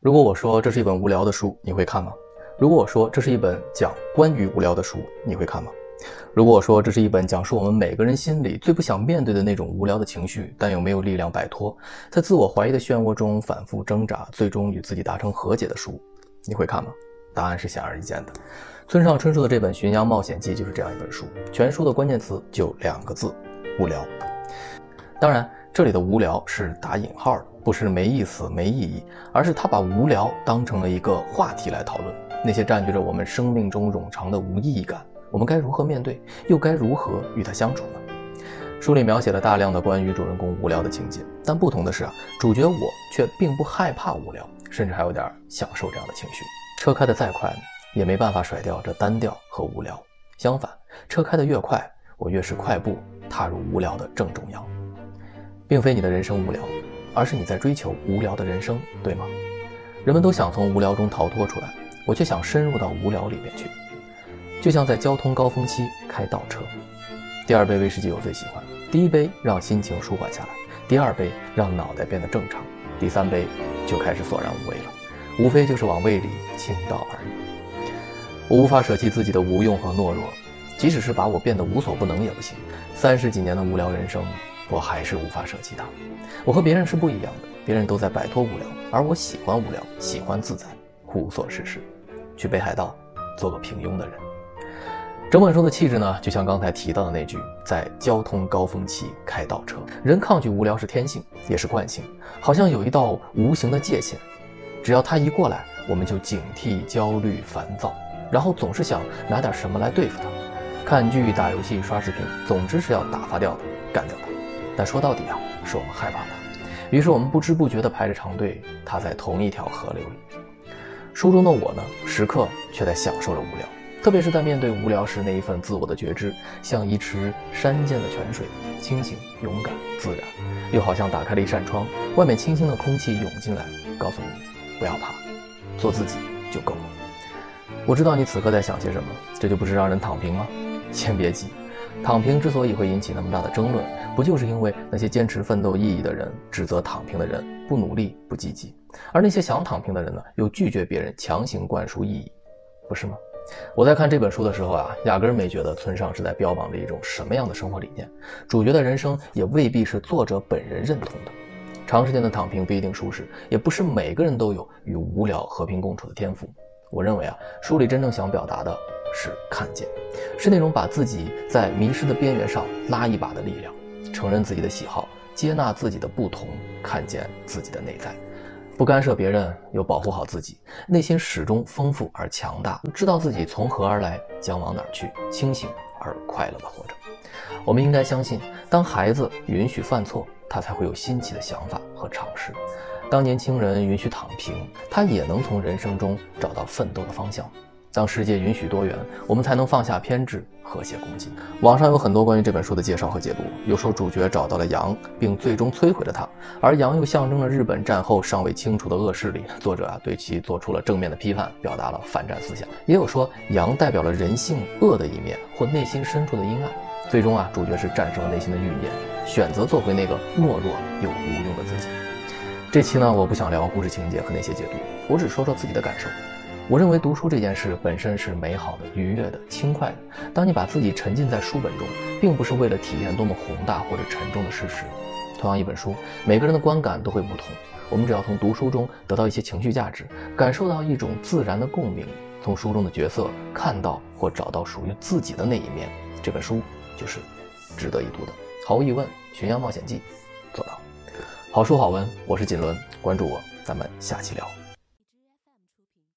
如果我说这是一本无聊的书，你会看吗？如果我说这是一本讲关于无聊的书，你会看吗？如果我说这是一本讲述我们每个人心里最不想面对的那种无聊的情绪，但又没有力量摆脱，在自我怀疑的漩涡中反复挣扎，最终与自己达成和解的书，你会看吗？答案是显而易见的。村上春树的这本《寻羊冒险记》就是这样一本书，全书的关键词就2个字：无聊。当然，这里的无聊是打引号的，不是没意思、没意义，而是他把无聊当成了一个话题来讨论。那些占据着我们生命中冗长的无意义感，我们该如何面对，又该如何与它相处呢？书里描写了大量的关于主人公无聊的情节，但不同的是主角我却并不害怕无聊，甚至还有点享受这样的情绪。车开得再快，也没办法甩掉这单调和无聊。相反，车开得越快，我越是快步踏入无聊的正中央。并非你的人生无聊，而是你在追求无聊的人生，对吗？人们都想从无聊中逃脱出来，我却想深入到无聊里面去。就像在交通高峰期开倒车，第2杯威士忌我最喜欢，第1杯让心情舒缓下来，第2杯让脑袋变得正常，第3杯就开始索然无味了，无非就是往胃里倾倒而已。我无法舍弃自己的无用和懦弱，即使是把我变得无所不能也不行。30几年的无聊人生，我还是无法舍弃它。我和别人是不一样的，别人都在摆脱无聊，而我喜欢无聊，喜欢自在，无所事事，去北海道做个平庸的人。整本书的气质呢，就像刚才提到的那句，在交通高峰期开倒车。人抗拒无聊是天性，也是惯性，好像有一道无形的界限，只要它一过来，我们就警惕、焦虑、烦躁，然后总是想拿点什么来对付它。看剧、打游戏、刷视频，总之是要打发掉它，干掉它。但说到底是我们害怕它，于是我们不知不觉地排着长队踏在同一条河流里。书中的我呢，时刻却在享受着无聊，特别是在面对无聊时那一份自我的觉知，像一池山涧的泉水，清醒、勇敢、自然，又好像打开了一扇窗，外面清新的空气涌进来，告诉你不要怕，做自己就够了。我知道你此刻在想些什么，这就不是让人躺平吗？先别急，躺平之所以会引起那么大的争论，不就是因为那些坚持奋斗意义的人指责躺平的人不努力不积极，而那些想躺平的人呢，又拒绝别人强行灌输意义，不是吗？我在看这本书的时候压根儿没觉得村上是在标榜着一种什么样的生活理念，主角的人生也未必是作者本人认同的。长时间的躺平不一定舒适，也不是每个人都有与无聊和平共处的天赋。我认为书里真正想表达的是看见，是那种把自己在迷失的边缘上拉一把的力量，承认自己的喜好，接纳自己的不同，看见自己的内在，不干涉别人，又保护好自己，内心始终丰富而强大，知道自己从何而来，将往哪儿去，清醒而快乐地活着。我们应该相信，当孩子允许犯错，他才会有新奇的想法和尝试。当年轻人允许躺平，他也能从人生中找到奋斗的方向。当世界允许多元，我们才能放下偏执，和谐共进。网上有很多关于这本书的介绍和解读，有说主角找到了羊，并最终摧毁了它，而羊又象征了日本战后尚未清除的恶势力，作者对其做出了正面的批判，表达了反战思想。也有说羊代表了人性恶的一面，或内心深处的阴暗。最终主角是战胜了内心的欲念，选择做回那个懦弱又无用的自己。这期呢，我不想聊故事情节和那些解读，我只说说自己的感受。我认为读书这件事本身是美好的、愉悦的、轻快的。当你把自己沉浸在书本中，并不是为了体验多么宏大或者沉重的事实。同样一本书，每个人的观感都会不同。我们只要从读书中得到一些情绪价值，感受到一种自然的共鸣，从书中的角色看到或找到属于自己的那一面，这本书就是值得一读的。毫无疑问，《寻羊冒险记》做到。好书好文，我是锦纶，关注我，咱们下期聊。